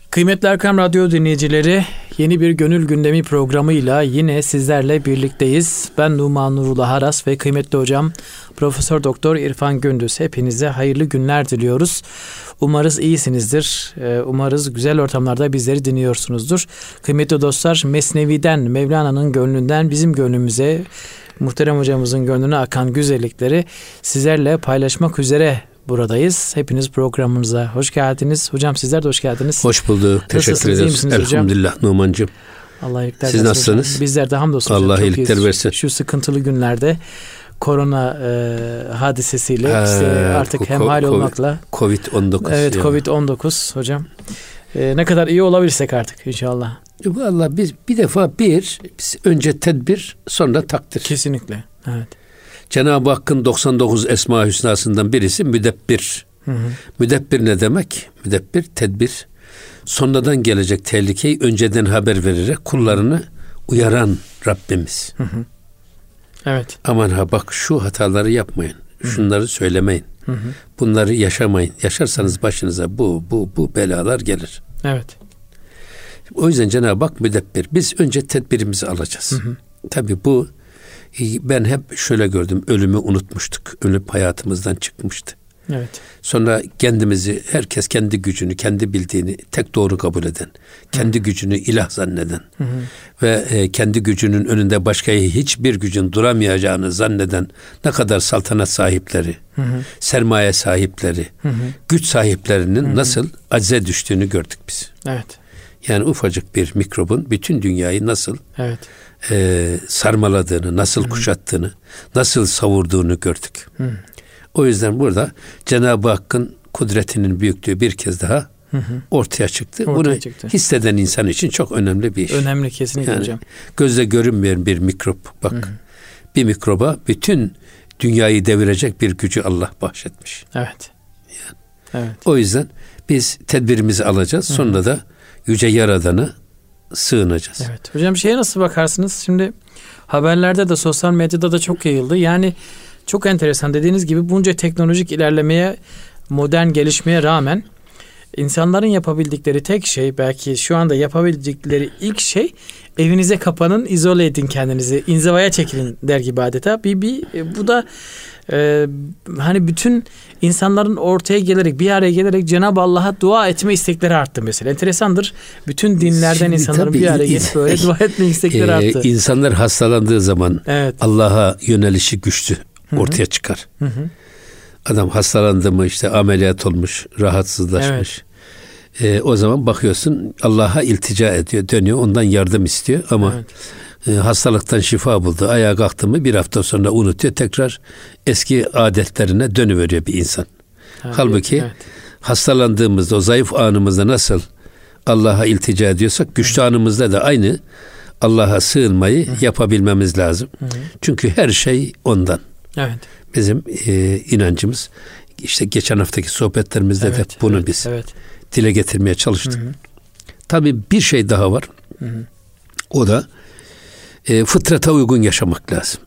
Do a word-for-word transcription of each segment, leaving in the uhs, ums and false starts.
Kıymetli Erkam Radyo dinleyicileri, yeni bir Gönül Gündemi programıyla yine sizlerle birlikteyiz. Ben Numan Nurullah Aras ve kıymetli hocam Profesör Doktor İrfan Gündüz. Hepinize hayırlı günler diliyoruz. Umarız iyisinizdir. Umarız güzel ortamlarda bizleri dinliyorsunuzdur. Kıymetli dostlar, Mesnevi'den, Mevlana'nın gönlünden bizim gönlümüze, muhterem hocamızın gönlüne akan güzellikleri sizlerle paylaşmak üzere buradayız. Hepiniz programımıza hoş geldiniz. Hocam sizler de hoş geldiniz. Hoş bulduk. Teşekkür ederiz. Elhamdülillah hocam? Numan'cığım. Allah iyilikler Siz nasılsınız? Hocam. Bizler de hamdolsun. Allah iyilikler versin. Şu sıkıntılı günlerde korona e, hadisesiyle ha, işte artık hemhal olmakla. covid on dokuz. Evet yani. covid on dokuz hocam. E, ne kadar iyi olabilirsek artık inşallah. Vallahi biz bir defa bir, biz önce tedbir sonra takdir. Kesinlikle. Evet. Cenab-ı Hakk'ın doksan dokuz Esma-i Hüsna'sından birisi müdebbir. Hı hı. Müdebbir ne demek? Müdebbir, tedbir. Sonradan gelecek tehlikeyi önceden haber vererek kullarını uyaran Rabbimiz. Hı hı. Evet. Aman ha bak şu hataları yapmayın. Hı hı. Şunları söylemeyin. Hı hı. Bunları yaşamayın. Yaşarsanız başınıza bu, bu, bu belalar gelir. Evet. O yüzden Cenab-ı Hak müdebbir. Biz önce tedbirimizi alacağız. Hı hı. Tabii bu ben hep şöyle gördüm. Ölümü unutmuştuk. Ölüm hayatımızdan çıkmıştı. Evet. Sonra kendimizi, herkes kendi gücünü, kendi bildiğini tek doğru kabul eden, kendi hı. gücünü ilah zanneden hı hı. ve e, kendi gücünün önünde başka hiçbir gücün duramayacağını zanneden ne kadar saltanat sahipleri, hı hı. sermaye sahipleri, hı hı. güç sahiplerinin hı hı. nasıl acize düştüğünü gördük biz. Evet. Yani ufacık bir mikrobun bütün dünyayı nasıl evet. e, sarmaladığını, nasıl hı. kuşattığını, nasıl savurduğunu gördük. Hı. O yüzden burada Cenab-ı Hakk'ın kudretinin büyüklüğü bir kez daha hı hı. ortaya çıktı. Ortaya Bunu çıktı. Hisseden insan için çok önemli bir iş. Önemli kesinlikle yani, hocam. Gözle görünmeyen bir mikrop. Bak hı hı. bir mikroba bütün dünyayı devirecek bir gücü Allah bahşetmiş. Evet. Yani. Evet. O yüzden biz tedbirimizi alacağız. Hı hı. Sonra da Yüce Yaradan'a sığınacağız. Evet. Hocam şeye nasıl bakarsınız? Şimdi haberlerde de sosyal medyada da çok yayıldı. Yani çok enteresan, dediğiniz gibi bunca teknolojik ilerlemeye, modern gelişmeye rağmen insanların yapabildikleri tek şey, belki şu anda yapabildikleri ilk şey, evinize kapanın, izole edin kendinizi, inzivaya çekilin der gibi adeta. Bir, bir, bu da e, hani bütün insanların ortaya gelerek, bir araya gelerek Cenab-ı Allah'a dua etme istekleri arttı mesela. Enteresandır. Bütün dinlerden Şimdi insanların bir araya gelip böyle dua etme istekleri arttı. E, insanlar hastalandığı zaman evet. Allah'a yönelişi güçlü ortaya çıkar. Hı hı. Adam hastalandı mı, işte ameliyat olmuş, rahatsızlaşmış. Evet. E, o zaman bakıyorsun Allah'a iltica ediyor, dönüyor, ondan yardım istiyor ama evet. e, hastalıktan şifa buldu. Ayağa kalktı mı bir hafta sonra unutuyor, tekrar eski adetlerine dönüveriyor bir insan. Evet. Halbuki evet. hastalandığımızda, o zayıf anımızda nasıl Allah'a iltica ediyorsak, güçlü anımızda da aynı Allah'a sığınmayı hı. yapabilmemiz lazım. Hı. Çünkü her şey ondan. Evet. Bizim e, inancımız, işte geçen haftaki sohbetlerimizde evet, de bunu evet, biz evet. dile getirmeye çalıştık. Hı hı. Tabii bir şey daha var. Hı hı. O da e, fıtrata uygun yaşamak lazım.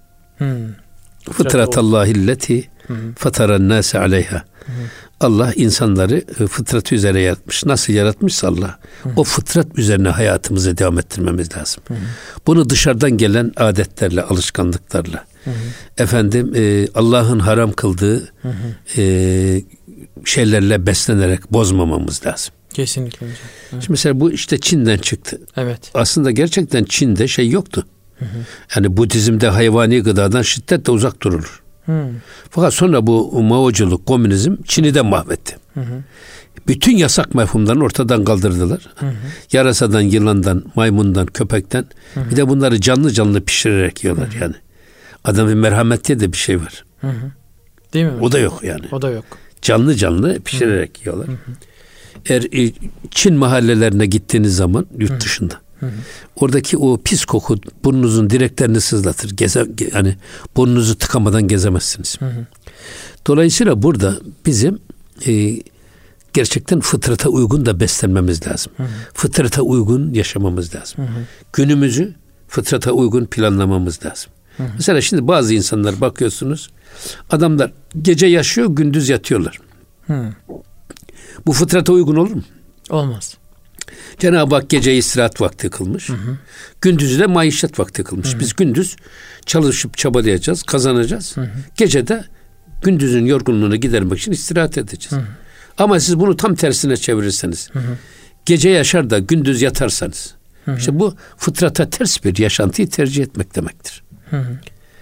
Fıtratallahilleti fataran nase aleyha. Allah insanları e, fıtrat üzere yaratmış. Nasıl yaratmışsa Allah, hı hı. o fıtrat üzerine hayatımızı devam ettirmemiz lazım. Hı hı. Bunu dışarıdan gelen adetlerle, alışkanlıklarla, hı hı. efendim e, Allah'ın haram kıldığı hı hı. E, şeylerle beslenerek bozmamamız lazım. Kesinlikle hocam. Evet. Şimdi mesela bu işte Çin'den çıktı. Evet. Aslında gerçekten Çin'de şey yoktu. Hı hı. Yani Budizm'de hayvani gıdadan şiddetle uzak durulur. Hı. Fakat sonra bu Maoculuk, komünizm Çin'i de mahvetti. Hı hı. Bütün yasak mefhumlarını ortadan kaldırdılar. Hı hı. Yarasadan, yılandan, maymundan, köpekten, hı hı. bir de bunları canlı canlı pişirerek yiyorlar hı hı. yani. Adamın merhamet diye de bir şey var. Hı hı. Değil mi? O da yok yani. O da yok. Canlı canlı pişirerek hı hı. yiyorlar. Hı hı. Eğer Çin mahallelerine gittiğiniz zaman yurt dışında, hı hı. oradaki o pis koku burnunuzun direklerini sızlatır. Geze, yani burnunuzu tıkamadan gezemezsiniz. Hı hı. Dolayısıyla burada bizim e, gerçekten fıtrata uygun da beslenmemiz lazım. Hı hı. Fıtrata uygun yaşamamız lazım. Hı hı. Günümüzü fıtrata uygun planlamamız lazım. Hı hı. Mesela şimdi bazı insanlar bakıyorsunuz, adamlar gece yaşıyor, gündüz yatıyorlar. Hı. Bu fıtrata uygun olur mu? Olmaz. Cenab-ı Hak geceyi istirahat vakti kılmış. Hı hı. Gündüzü de maişet vakti kılmış. Hı hı. Biz gündüz çalışıp çabalayacağız, kazanacağız. Hı hı. Gece de gündüzün yorgunluğunu gidermek için istirahat edeceğiz. Hı hı. Ama siz bunu tam tersine çevirirseniz, hı hı. gece yaşar da gündüz yatarsanız, hı hı. işte bu fıtrata ters bir yaşantıyı tercih etmek demektir. Hı hı.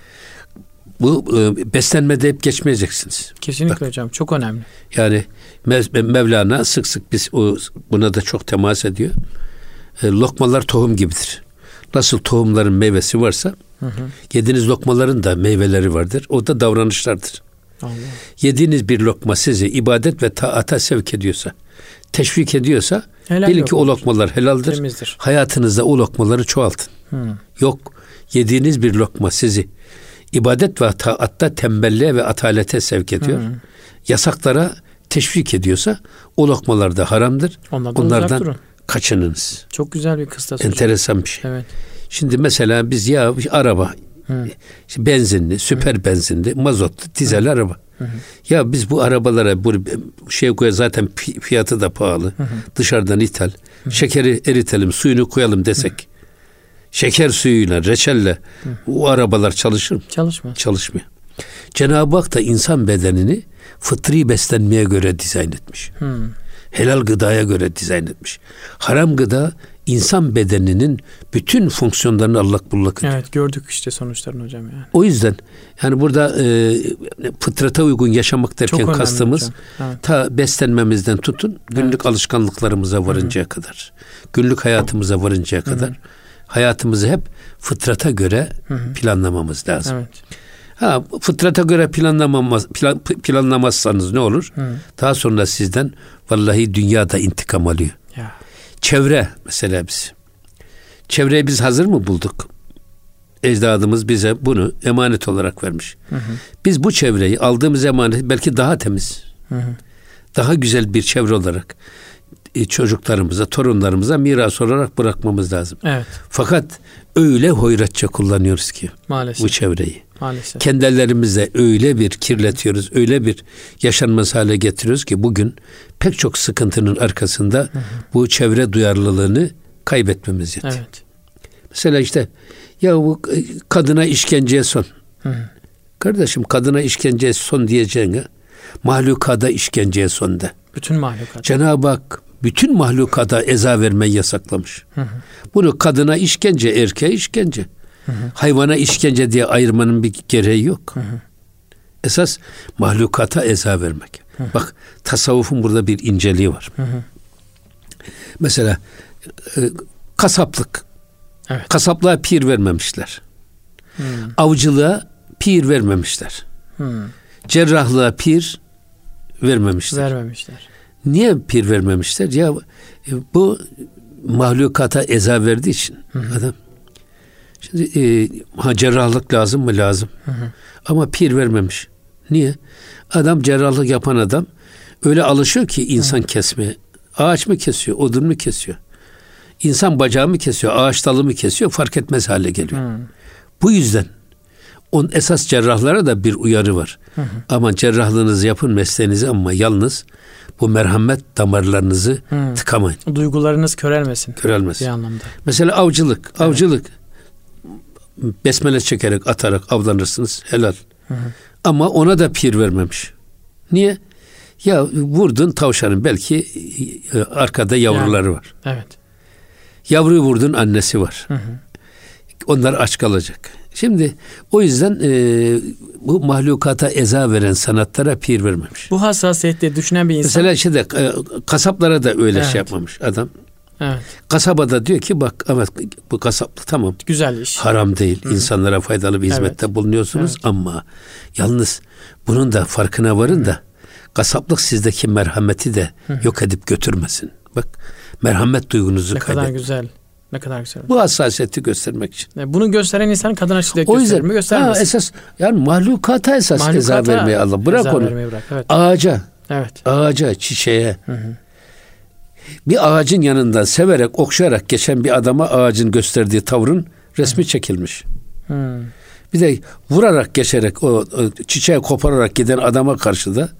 Bu e, beslenmede hep geçmeyeceksiniz. Kesinlikle Bak, hocam, çok önemli. Yani Mev- Mevlana sık sık biz o, buna da çok temas ediyor. E, lokmalar tohum gibidir. Nasıl tohumların meyvesi varsa, hı hı. yediğiniz lokmaların da meyveleri vardır. O da davranışlardır. Allah. Yediğiniz bir lokma sizi ibadet ve taata sevk ediyorsa, teşvik ediyorsa, helal bilin ki o lokmalar helaldir. Temizdir. Hayatınızda o lokmaları çoğaltın. Hı. Yok, yediğiniz bir lokma sizi ibadet ve taatta tembelliğe ve atalete sevk ediyor. Hı. Yasaklara teşvik ediyorsa o lokmalar da haramdır. Onlardan, Onlardan kaçınınız. Çok güzel bir kıstas. Enteresan hocam. Bir şey. Evet. Şimdi mesela biz ya araba, Hı. işte benzinli, süper Hı. benzinli, mazotlu, dizel Hı. araba. Hı hı. Ya biz bu arabalara bu şey koya zaten fiyatı da pahalı. Hı hı. Dışarıdan ithal. Hı hı. Şekeri eritelim, suyunu koyalım desek. Hı. Şeker suyuyla, reçelle hı. o arabalar çalışır mı? Çalışmıyor. Çalışmıyor. Cenab-ı Hak da insan bedenini fıtri beslenmeye göre dizayn etmiş. Hı. Helal gıdaya göre dizayn etmiş. Haram gıda insan bedeninin bütün fonksiyonlarını allak bullak ediyor. Evet, gördük işte sonuçlarını hocam yani. O yüzden yani burada e, fıtrata uygun yaşamak derken kastımız evet. ta beslenmemizden tutun günlük evet. alışkanlıklarımıza varıncaya Hı-hı. kadar, günlük hayatımıza varıncaya Hı-hı. kadar hayatımızı hep fıtrata göre Hı-hı. planlamamız lazım. Evet. Ha, fıtrata göre planlamamaz, plan, planlamazsanız ne olur? Hı. Daha sonra sizden vallahi dünyada intikam alıyor. Ya. Çevre mesela biz. Çevreyi biz hazır mı bulduk? Ecdadımız bize bunu emanet olarak vermiş. Hı hı. Biz bu çevreyi aldığımız emanet belki daha temiz, hı hı. daha güzel bir çevre olarak çocuklarımıza, torunlarımıza miras olarak bırakmamız lazım. Evet. Fakat öyle hoyratça kullanıyoruz ki Maalesef. bu çevreyi. Maalesef. Kendi ellerimizle öyle bir kirletiyoruz, öyle bir yaşanmaz hale getiriyoruz ki bugün pek çok sıkıntının arkasında hı hı. bu çevre duyarlılığını kaybetmemiz yetiyor. Evet. Mesela işte ya bu kadına işkenceye son. Hı hı. Kardeşim kadına işkenceye son diyeceğine mahlukada işkenceye son de. Bütün mahlukata. Cenab-ı Hak bütün mahlukata eza vermeyi yasaklamış. Hı hı. Bunu kadına işkence, erkeğe işkence. Hı hı. Hayvana işkence diye ayırmanın bir gereği yok. Hı hı. Esas mahlukata eza vermek. Hı hı. Bak tasavvufun burada bir inceliği var. Hı hı. Mesela e, kasaplık. Evet. Kasaplığa pir vermemişler. Hı. Avcılığa pir vermemişler. Hı. Cerrahlığa pir vermemişler. Vermemişler. Niye pir vermemişler? Ya bu mahlukata eza verdiği için hı hı. adam. Şimdi e, ha, cerrahlık lazım mı? Lazım. Hı hı. Ama pir vermemiş. Niye? Adam cerrahlık yapan adam öyle alışıyor ki insan hı. kesmeye. Ağaç mı kesiyor? Odun mu kesiyor? İnsan bacağı mı kesiyor? Ağaç dalı mı kesiyor? Fark etmez hale geliyor. Hı. Bu yüzden on esas cerrahlara da bir uyarı var. Hı hı. Ama cerrahlığınızı yapın, mesleğinizi, ama yalnız bu merhamet damarlarınızı hı. tıkamayın. Duygularınız körelmesin. Körelmesin. Bir anlamda. Mesela avcılık. Evet. Avcılık. Besmele çekerek, atarak avlanırsınız. Helal. Hı hı. Ama ona da pir vermemiş. Niye? Ya vurdun tavşanın belki arkada yavruları yani. var. Evet. Yavruyu vurdun annesi var. Hı hı. Onlar aç kalacak. Şimdi o yüzden e, bu mahlukata eza veren sanatlara pir vermemiş. Bu hassasiyette düşünen bir insan. Mesela işte de, e, kasaplara da öyle evet. şey yapmamış adam. Evet. Kasaba da diyor ki bak evet bu kasaplık tamam. Güzel iş. Haram değil. Hı-hı. İnsanlara faydalı bir hizmette evet. bulunuyorsunuz evet. ama yalnız bunun da farkına varın Hı-hı. da kasaplık sizdeki merhameti de Hı-hı. yok edip götürmesin. Bak merhamet duygunuzu kaybetmeyin. Ne kadar güzel. Ne kadar güzel. Bu hassasiyeti göstermek için. Bunu gösteren insan kadına şiddet gösterir mi? Göstermez. Ha, esas yani mahlukata esas mahlukata eza vermeyi Allah. Bırak onu. Bırak, evet. Ağaca. Evet. Ağaca, çiçeğe. Hı hı. Bir ağacın yanından severek, okşayarak geçen bir adama ağacın gösterdiği tavrın resmi hı. çekilmiş. Hı. Bir de vurarak geçerek o, o çiçeği kopararak giden adama karşı da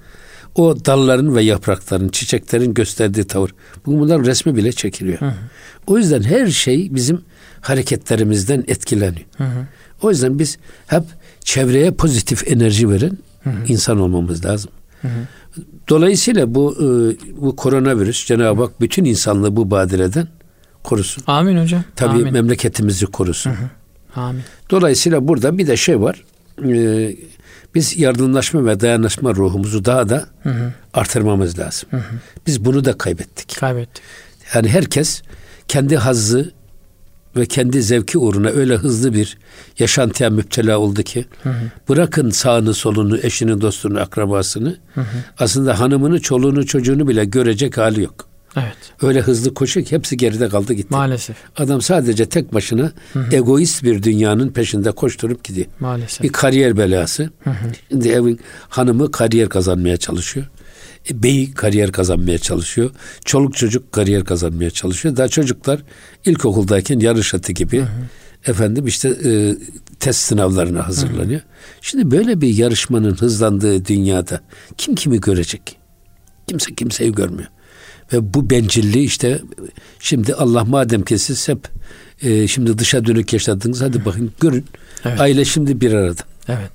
O dalların ve yaprakların, çiçeklerin gösterdiği tavır. Bugün bunların resmi bile çekiliyor. Hı hı. O yüzden her şey bizim hareketlerimizden etkileniyor. Hı hı. O yüzden biz hep çevreye pozitif enerji veren hı hı. insan olmamız lazım. Hı hı. Dolayısıyla bu bu koronavirüs Cenab-ı Hak bütün insanlığı bu badireden korusun. Amin hocam. Tabii Amin. memleketimizi korusun. Hı hı. Amin. Dolayısıyla burada bir de şey var. E, biz yardımlaşma ve dayanışma ruhumuzu daha da hı hı. artırmamız lazım. Hı hı. Biz bunu da kaybettik. Kaybettik. Yani herkes kendi hazzı ve kendi zevki uğruna öyle hızlı bir yaşantıya müptela oldu ki hı hı. bırakın sağını solunu, eşini, dostunu, akrabasını hı hı. aslında hanımını, çoluğunu, çocuğunu bile görecek hali yok. Evet. Öyle hızlı koşuyor ki hepsi geride kaldı gitti. Maalesef. Adam sadece tek başına hı hı. egoist bir dünyanın peşinde koşturup gidiyor. Maalesef. Bir kariyer belası. Hı hı. Şimdi evin hanımı kariyer kazanmaya çalışıyor. Bey kariyer kazanmaya çalışıyor. Çoluk çocuk kariyer kazanmaya çalışıyor. Daha çocuklar ilkokuldayken yarış atı gibi hı hı. efendim işte e, test sınavlarına hazırlanıyor. Hı hı. Şimdi böyle bir yarışmanın hızlandığı dünyada kim kimi görecek? Kimse kimseyi görmüyor. Ve bu bencilliği işte şimdi Allah madem ki siz hep e, şimdi dışa dönük yaşadınız, hadi bakın görün. Evet. Aile şimdi bir arada. Evet.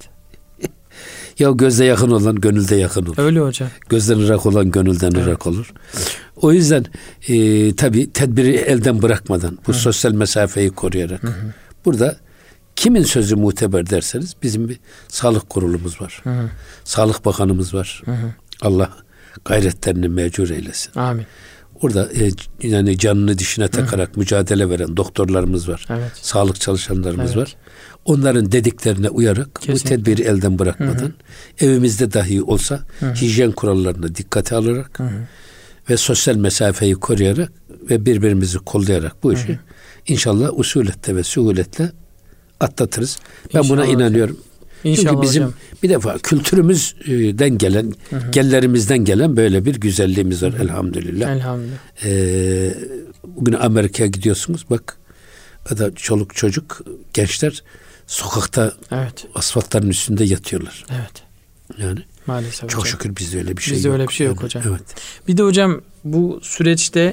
Ya gözde yakın olan gönülde yakın olur. Öyle hocam. Gözden ırak olan gönülden evet. ırak olur. O yüzden e, tabii tedbiri elden bırakmadan bu Hı-hı. sosyal mesafeyi koruyarak Hı-hı. burada kimin sözü muteber derseniz bizim bir sağlık kurulumuz var. Hı-hı. Sağlık bakanımız var. Hı-hı. Allah gayretlerini mecur eylesin. Amin. Orada e, yani canını dişine takarak Hı-hı. mücadele veren doktorlarımız var. Evet. Sağlık çalışanlarımız evet. var. Onların dediklerine uyarak Kesinlikle. bu tedbiri elden bırakmadan Hı-hı. evimizde dahi olsa Hı-hı. hijyen kurallarına dikkate alarak Hı-hı. ve sosyal mesafeyi koruyarak ve birbirimizi kollayarak bu işi Hı-hı. inşallah usulette ve suhuletle atlatırız. Ben İnşallah buna inanıyorum. İnşallah Çünkü bizim hocam. bir defa kültürümüzden gelen, hı hı. genlerimizden gelen böyle bir güzelliğimiz var. Hı hı. Elhamdülillah. Elhamdülillah. Ee, bugün Amerika'ya gidiyorsunuz. Bak, da çoluk çocuk, gençler sokakta evet. asfaltların üstünde yatıyorlar. Evet. Yani maalesef çok hocam. şükür bizde öyle bir şey bizde yok. Bizde öyle bir şey yok yani, hocam. Evet. Bir de hocam bu süreçte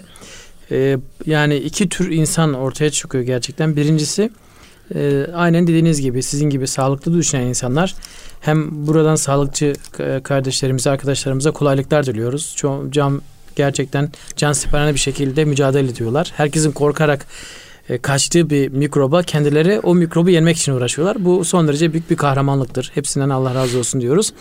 e, yani iki tür insan ortaya çıkıyor gerçekten. Birincisi e, aynen dediğiniz gibi sizin gibi sağlıklı düşünen insanlar. Hem buradan sağlıkçı kardeşlerimize, arkadaşlarımıza kolaylıklar diliyoruz. Çoğu cam gerçekten cansiperane bir şekilde mücadele ediyorlar. Herkesin korkarak e, kaçtığı bir mikroba kendileri o mikrobu yenmek için uğraşıyorlar. Bu son derece büyük bir kahramanlıktır. Hepsinden Allah razı olsun diyoruz.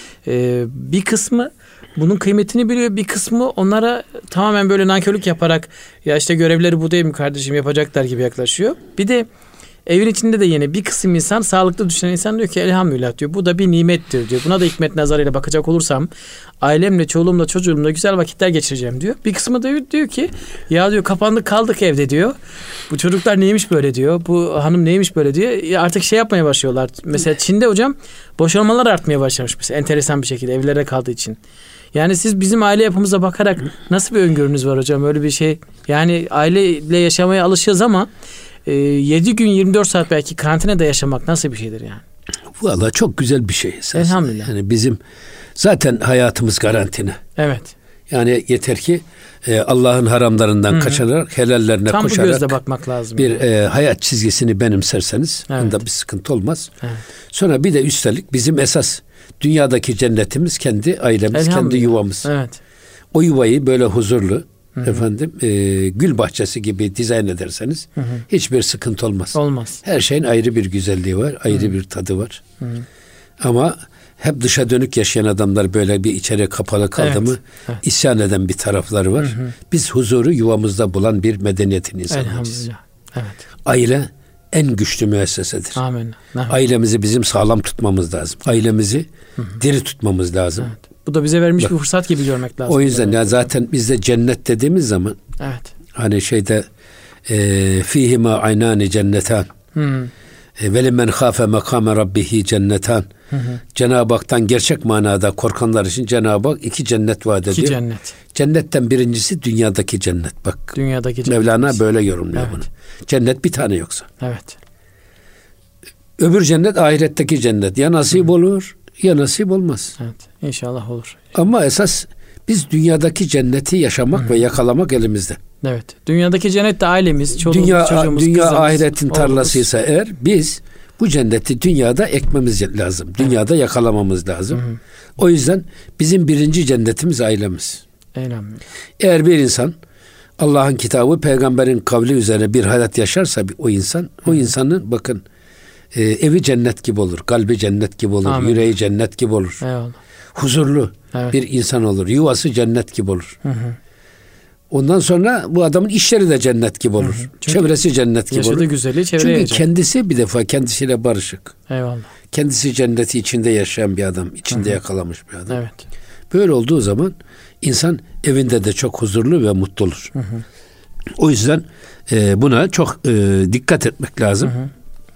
E, bir kısmı bunun kıymetini biliyor. Bir kısmı onlara tamamen böyle nankörlük yaparak ya işte görevleri bu değil mi kardeşim yapacaklar gibi yaklaşıyor. Bir de evin içinde de yine bir kısım insan, sağlıklı düşünen insan diyor ki elhamdülillah diyor. Bu da bir nimettir diyor. Buna da hikmet nazarıyla bakacak olursam ailemle, çoluğumla, çocuğumla güzel vakitler geçireceğim diyor. Bir kısmı da diyor ki ya diyor kapandık kaldık evde diyor. Bu çocuklar neymiş böyle diyor. Bu hanım neymiş böyle diyor. Ya artık şey yapmaya başlıyorlar. Mesela Çin'de hocam boşanmalar artmaya başlamış mesela enteresan bir şekilde evlere kaldığı için. Yani siz bizim aile yapımıza bakarak nasıl bir öngörünüz var hocam? Öyle bir şey. Yani aileyle yaşamaya alışıyoruz ama yedi gün yirmi dört saat belki karantinada yaşamak nasıl bir şeydir yani? Vallahi çok güzel bir şey esasında. Elhamdülillah. Yani bizim zaten hayatımız karantina. Evet. Yani yeter ki e, Allah'ın haramlarından Hı-hı. kaçınarak helallerine Tam koşarak bu gözle bakmak lazım. Bir e, hayat çizgisini benimserseniz evet. onda bir sıkıntı olmaz. Evet. Sonra bir de üstelik bizim esas dünyadaki cennetimiz kendi ailemiz, kendi yuvamız. Evet. O yuvayı böyle huzurlu Hı-hı. efendim e, gül bahçesi gibi dizayn ederseniz Hı-hı. hiçbir sıkıntı olmaz. Olmaz. Her şeyin ayrı bir güzelliği var, ayrı Hı-hı. bir tadı var. Hı-hı. Ama hep dışa dönük yaşayan adamlar böyle bir içeri kapalı kaldı evet. mı evet. isyan eden bir tarafları var. Hı-hı. Biz huzuru yuvamızda bulan bir medeniyetin insanlarıyız. Evet. Aile en güçlü müessesedir. Amin. Amin. Ailemizi bizim sağlam tutmamız lazım. Ailemizi Hı-hı. diri tutmamız lazım. Evet. Bu da bize verilmiş Bak, bir fırsat gibi görmek lazım. O yüzden ya zaten bizde cennet dediğimiz zaman evet. hani şeyde e, fihima aynani cennetan ve limen khafe makame rabbihi cennetan. Hı hı. Cenab-ı Hak'tan gerçek manada korkanlar için Cenab-ı Hak iki cennet vaat ediyor. İki cennet. Cennetten birincisi dünyadaki cennet. Bak. Dünyadaki cennet. Mevlana böyle yorumluyor evet. bunu. Cennet bir tane yoksa. Evet. Öbür cennet ahiretteki cennet. Ya nasip hı hı. olur ya nasip olmaz. Evet, inşallah olur. Ama esas biz dünyadaki cenneti yaşamak Hı. ve yakalamak elimizde. Evet. Dünyadaki cennet de ailemiz, çoluğumuz, dünya, çocuğumuz, dünya kızımız, ahiretin oğlumuz. tarlasıysa eğer biz bu cenneti dünyada ekmemiz lazım. Dünyada evet. yakalamamız lazım. Hı hı. O yüzden bizim birinci cennetimiz ailemiz. Elhamdülillah. Eğer bir insan Allah'ın kitabı, peygamberin kavli üzerine bir hayat yaşarsa o insan, hı. o insanın bakın e, evi cennet gibi olur, kalbi cennet gibi olur, Amin. yüreği cennet gibi olur. Eyvallah. Huzurlu evet. bir insan olur, yuvası cennet gibi olur. Hı hı. Ondan sonra bu adamın işleri de cennet gibi olur. Hı hı. Çevresi cennet gibi olur. Yaşadığı güzelliği çevreye Çünkü yayacak. kendisi bir defa kendisiyle barışık. Eyvallah. Kendisi cenneti içinde yaşayan bir adam, içinde Hı-hı. yakalamış bir adam. Evet. Böyle olduğu zaman insan evinde de çok huzurlu ve mutlu olur. Hı hı. O yüzden e, buna çok e, dikkat etmek lazım. Hı hı.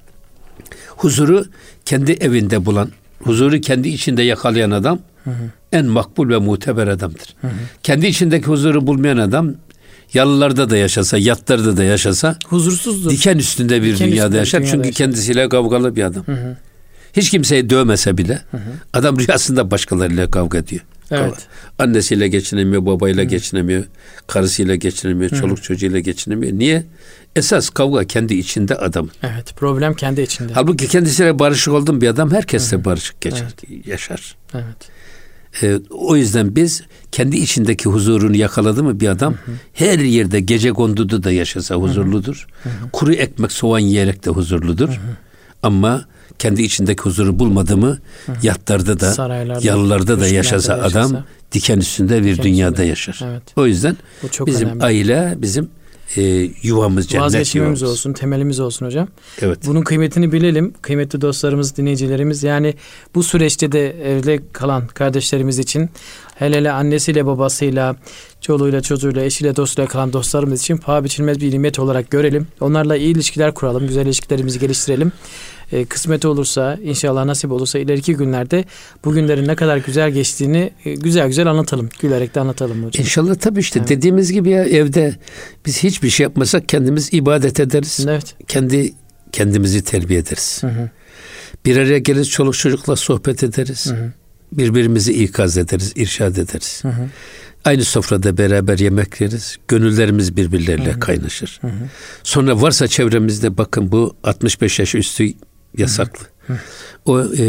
Huzuru kendi evinde bulan, huzuru kendi içinde yakalayan adam hı hı. en makbul ve muteber adamdır. Hı hı. Kendi içindeki huzuru bulmayan adam yalılarda da yaşasa, yatlarda da yaşasa huzursuzdur. Diken üstünde bir diken dünyada üstünde yaşar. dünyada Çünkü yaşar. kendisiyle kavgalı bir adam. Hı hı. Hiç kimseyi dövmese bile hı hı. adam rüyasında başkalarıyla kavga ediyor. Evet. Annesiyle geçinemiyor, babayla hı. geçinemiyor, karısıyla geçinemiyor, hı. çoluk çocuğuyla geçinemiyor. Niye? Esas kavga kendi içinde adam. Evet, problem kendi içinde. Halbuki kendisiyle barışık olduğum bir adam herkesle hı. barışık geçer, evet. yaşar. Evet. Ee, o yüzden biz kendi içindeki huzurunu yakaladı mı bir adam hı hı. her yerde gece konduda da yaşasa huzurludur. Hı hı. Kuru ekmek soğan yiyerek de huzurludur. Hı hı. Ama kendi içindeki huzuru bulmadı mı hı hı. yatlarda da saraylarda, yalılarda da yaşasa adam yaşasa, diken üstünde bir diken dünyada üstünde. yaşar. Evet. O yüzden bizim önemli. aile bizim e, yuvamız cennet vazgeçmemiz olsun, temelimiz olsun hocam. Evet. Bunun kıymetini bilelim. Kıymetli dostlarımız, dinleyicilerimiz, yani bu süreçte de evde kalan kardeşlerimiz için, hele hele annesiyle, babasıyla, çoluğuyla, çocuğuyla, eşiyle, dostuyla kalan dostlarımız için paha biçilmez bir nimet olarak görelim. Onlarla iyi ilişkiler kuralım, güzel ilişkilerimizi geliştirelim. E, kısmet olursa, inşallah nasip olursa ileriki günlerde bu günlerin ne kadar güzel geçtiğini e, güzel güzel anlatalım. Gülerek de anlatalım hocam. İnşallah tabii işte evet. dediğimiz gibi ya, evde biz hiçbir şey yapmasak kendimiz ibadet ederiz. Evet. Kendi kendimizi terbiye ederiz. Hı hı. Bir araya geliriz, çoluk çocukla sohbet ederiz. Hı hı. Birbirimizi ikaz ederiz, irşad ederiz. Hı hı. Aynı sofrada beraber yemek yeriz. Gönüllerimiz birbirleriyle hı hı. kaynaşır. Hı hı. Sonra varsa çevremizde bakın bu altmış beş yaş üstü yasaklı. Hı hı. O e,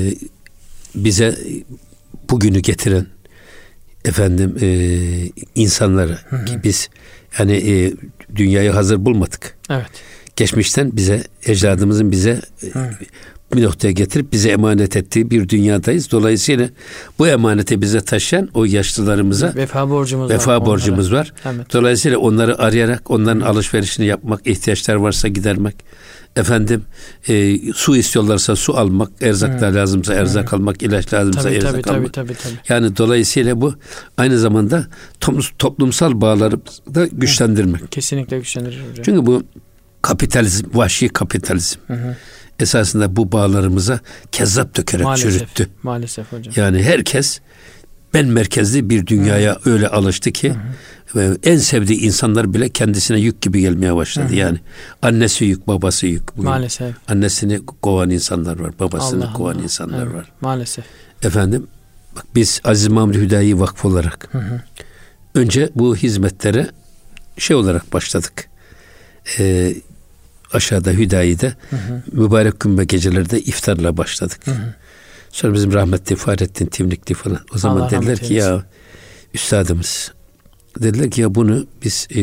bize bugünü getiren efendim e, insanlara hı hı. ki biz yani e, dünyayı hazır bulmadık. Evet. Geçmişten bize, ecdadımızın bize hı. bir noktaya getirip bize emanet ettiği bir dünyadayız. Dolayısıyla bu emaneti bize taşıyan o yaşlılarımıza vefa borcumuz vefa var. borcumuz onlara. var. Evet. Dolayısıyla onları arayarak onların alışverişini yapmak, ihtiyaçlar varsa gidermek, efendim e, su istiyorlarsa su almak, erzak da lazımsa erzak hmm. almak, ilaç lazımsa tabii, erzak tabii, almak. Tabii, tabii, tabii. Yani dolayısıyla bu aynı zamanda toplumsal bağları da güçlendirmek. Kesinlikle güçlendirir hocam. Çünkü bu kapitalizm, vahşi kapitalizm. Hı hı. Esasında bu bağlarımıza kezzap dökerek maalesef, çürüttü. Maalesef hocam. Yani herkes ben merkezli bir dünyaya hı. öyle alıştı ki hı hı. en sevdiği insanlar bile kendisine yük gibi gelmeye başladı. Hı hı. Yani annesi yük, babası yük. Bugün maalesef. Annesini kovan insanlar var, babasını Allah kovan Allah. insanlar evet. var. Maalesef. Efendim, bak biz Aziz Mahmud Hüdayi Vakfı olarak hı hı. önce bu hizmetlere şey olarak başladık. Eee aşağıda Hüdayi'de hı hı. mübarek kümme gecelerde iftarla başladık. Hı hı. Sonra bizim rahmetli Fahrettin Timlikli falan. O zaman Allah dediler ki ya üstadımız dediler ki ya bunu biz e,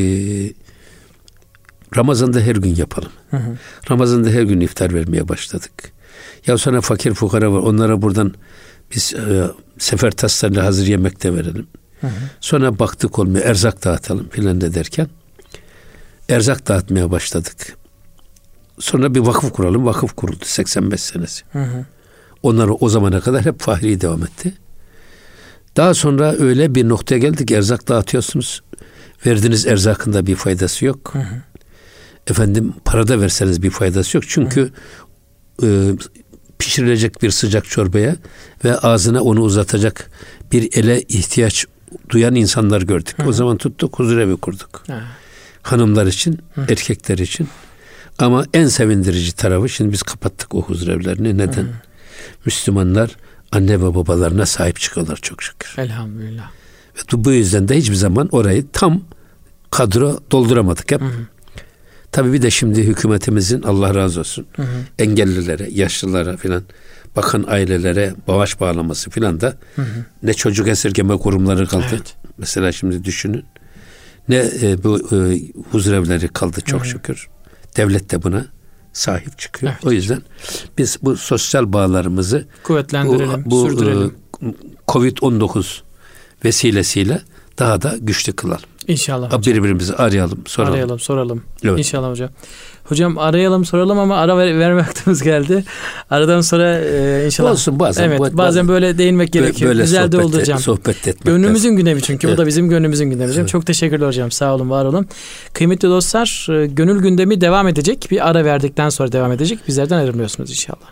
Ramazan'da her gün yapalım. Hı hı. Ramazan'da her gün iftar vermeye başladık. Ya sonra fakir fukara var. Onlara buradan biz e, sefer taslarıyla hazır yemek de verelim. Hı hı. Sonra baktık olmuyor. Erzak dağıtalım filan de derken erzak dağıtmaya başladık. Sonra bir vakıf kuralım. Vakıf kuruldu seksen beş senesi. Hı hı. Onlar o zamana kadar hep fahri devam etti. Daha sonra öyle bir noktaya geldik. Erzak dağıtıyorsunuz. Verdiğiniz erzakın da bir faydası yok. Hı hı. Efendim parada verseniz bir faydası yok. Çünkü e, pişirilecek bir sıcak çorbaya ve ağzına onu uzatacak bir ele ihtiyaç duyan insanlar gördük. Hı hı. O zaman tuttuk huzurevi kurduk. Hı. Hanımlar için, hı. erkekler için. Ama en sevindirici tarafı şimdi biz kapattık o huzurevlerini. Neden? Hı. Müslümanlar anne ve babalarına sahip çıkıyorlar çok şükür. Elhamdülillah. Ve bu yüzden de hiçbir zaman orayı tam kadro dolduramadık hep. Hı hı. Tabii bir de şimdi hükümetimizin, Allah razı olsun, hı hı, engellilere, yaşlılara filan bakan ailelere bağış bağlaması filan da, hı hı, ne çocuk esirgeme kurumları kaldı. Evet. Mesela şimdi düşünün. Ne e, bu e, huzurevleri kaldı çok, hı hı, şükür. Devlet de buna sahip çıkıyor. Evet. O yüzden biz bu sosyal bağlarımızı kuvvetlendirelim, bu, bu sürdürelim. E, kovid on dokuz vesilesiyle daha da güçlü kılalım. İnşallah hocam. Birbirimizi arayalım, soralım. Arayalım, soralım. Evet. İnşallah hocam. Hocam arayalım, soralım ama ara ver, verme vaktimiz geldi. Aradan sonra e, inşallah. Olsun bazen. Evet, bazen, bazen böyle değinmek gerekiyor. Böyle güzel de oldu et, hocam. Sohbet etmek Gönlümüzün lazım. gündemi çünkü. Evet. Bu da bizim gönlümüzün gündemi hocam. Evet. Çok teşekkürler hocam. Sağ olun, var olun. Kıymetli dostlar, gönül gündemi devam edecek. Bir ara verdikten sonra devam edecek. Bizlerden ayrılmıyorsunuz inşallah.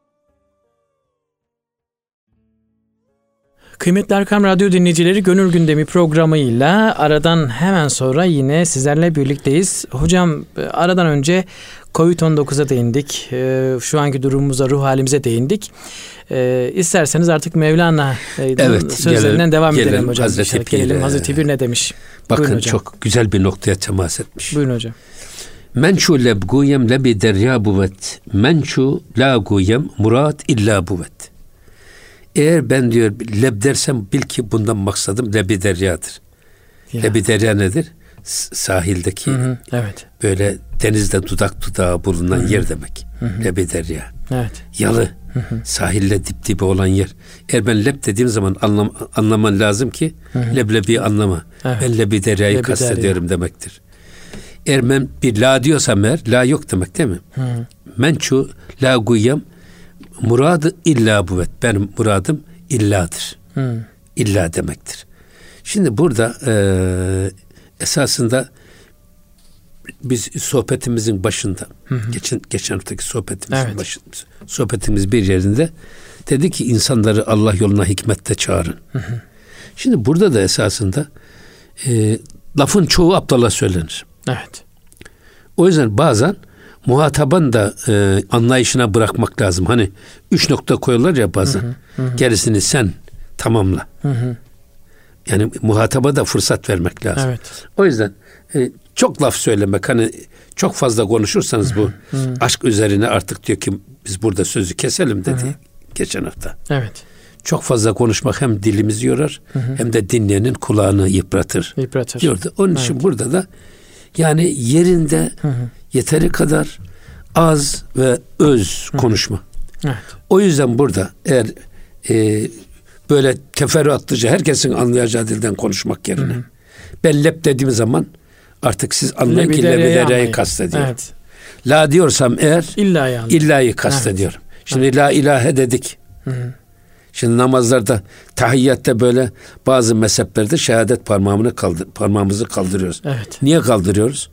Kıymetli Erkam Radyo dinleyicileri, Gönül Gündemi programıyla aradan hemen sonra yine sizlerle birlikteyiz. Hocam aradan önce kovid on dokuza değindik. Şu anki durumumuza, ruh halimize değindik. İsterseniz artık Mevlana evet, sözlerinden gelelim, devam edelim gelelim, hocam. Hazreti Pir, gelelim Hazreti Pir ne demiş? Bakın çok güzel bir noktaya temas etmiş. Buyurun hocam. Mençu lebguyem lebi derya buvet. Mençu la guyem murat illa buvet. Eğer ben diyor leb dersem bil ki bundan maksadım lebi deryadır. Ya. Lebi derya nedir? S- sahildeki, hı hı, evet, böyle denizde dudak dudağa bulunan, hı hı, yer demek. Hı hı. Lebi derya. Evet. Yalı. Hı hı. Sahille dip dibe olan yer. Eğer ben leb dediğim zaman anlam, anlaman lazım ki, hı hı, leblebi anlama. Evet. Ben lebi deryayı lebi kastediyorum derya demektir. Eğer ben bir la diyorsam eğer, la yok demek değil mi? Hı hı. Mençu la guyyem muradı illa buvet. Benim muradım illadır. Hmm. İlla demektir. Şimdi burada e, esasında biz sohbetimizin başında, hı hı, geçen geçen haftaki sohbetimizin evet, başında, sohbetimiz bir yerinde dedi ki insanları Allah yoluna hikmette çağırın. Hı hı. Şimdi burada da esasında e, lafın çoğu aptala söylenir. Evet. O yüzden bazen muhataban da e, anlayışına bırakmak lazım. Hani üç nokta koyuyorlar ya bazen. Hı hı, hı. Gerisini sen tamamla. Hı hı. Yani muhataba da fırsat vermek lazım. Evet. O yüzden e, çok laf söylemek, hani çok fazla konuşursanız, hı hı, bu hı, aşk üzerine artık diyor ki biz burada sözü keselim dedi, hı hı, geçen hafta. Evet. Çok fazla konuşmak hem dilimizi yorar, hı hı, hem de dinleyenin kulağını yıpratır. Yıpratır. Diyordu. Onun için evet, burada da yani yerinde, hı hı, yeteri kadar az ve öz konuşma. Evet. O yüzden burada eğer e, böyle teferruatlıca herkesin anlayacağı dilden konuşmak yerine, hı hı, ben lep dediğim zaman artık siz anlayın ki lebidereyi kastediyorum. Evet. La diyorsam eğer illa'yı, illa'yı kastediyorum. Evet. Şimdi evet, la ilahe dedik. Hı hı. Şimdi namazlarda, tahiyyatta böyle bazı mezheplerde şehadet parmağını kaldır, parmağımızı kaldırıyoruz. Evet. Niye kaldırıyoruz?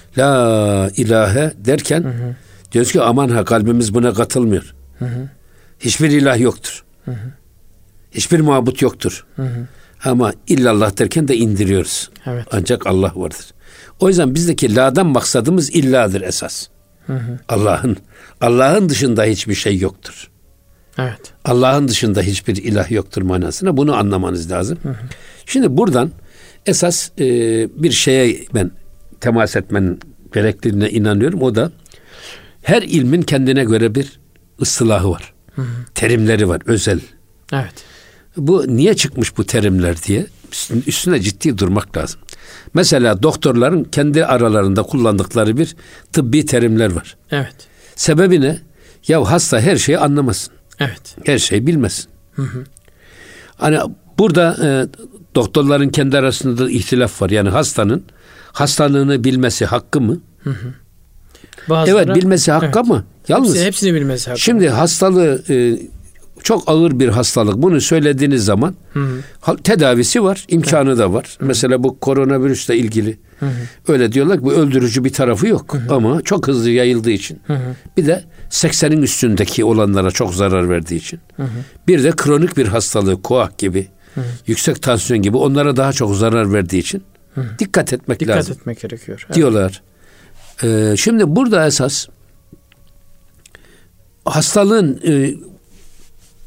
La ilahe derken, hı hı, diyoruz ki aman ha, kalbimiz buna katılmıyor. Hı hı. Hiçbir ilah yoktur. Hı hı. Hiçbir mabut yoktur. Hı hı. Ama illallah derken de indiriyoruz. Evet. Ancak Allah vardır. O yüzden bizdeki la'dan maksadımız illadır esas. Hı hı. Allah'ın Allah'ın dışında hiçbir şey yoktur. Evet. Allah'ın dışında hiçbir ilah yoktur manasına bunu anlamanız lazım. Hı hı. Şimdi buradan esas e, bir şeye ben temas etmenin gerekliliğine inanıyorum. O da her ilmin kendine göre bir ıslahı var. Hı hı. Terimleri var, özel. Evet. Bu niye çıkmış bu terimler diye üstüne ciddi durmak lazım. Mesela doktorların kendi aralarında kullandıkları bir tıbbi terimler var. Evet. Sebebi ne? Ya hasta her şeyi anlamasın. Evet. Her şeyi bilmesin. Hı hı. Hani burada e, doktorların kendi arasında da ihtilaf var. Yani hastanın hastalığını bilmesi hakkı mı? Hı hı. Bazıları, evet, bilmesi hakkı, evet, mı? Yalnız Hepsi, hepsini bilmesi hakkı. Şimdi hastalığı e, çok ağır bir hastalık. Bunu söylediğiniz zaman, hı hı, tedavisi var, imkanı, evet, da var. Hı hı. Mesela bu koronavirüsle ilgili, hı hı, öyle diyorlar ki bu öldürücü bir tarafı yok. Hı hı. Ama çok hızlı yayıldığı için. Hı hı. Bir de seksenin üstündeki olanlara çok zarar verdiği için. Hı hı. Bir de kronik bir hastalığı, koak gibi, hı hı, yüksek tansiyon gibi onlara daha çok zarar verdiği için, hı hı, dikkat etmek dikkat lazım. Dikkat etmek gerekiyor. Evet. Diyorlar. Ee, şimdi burada esas hastalığın e,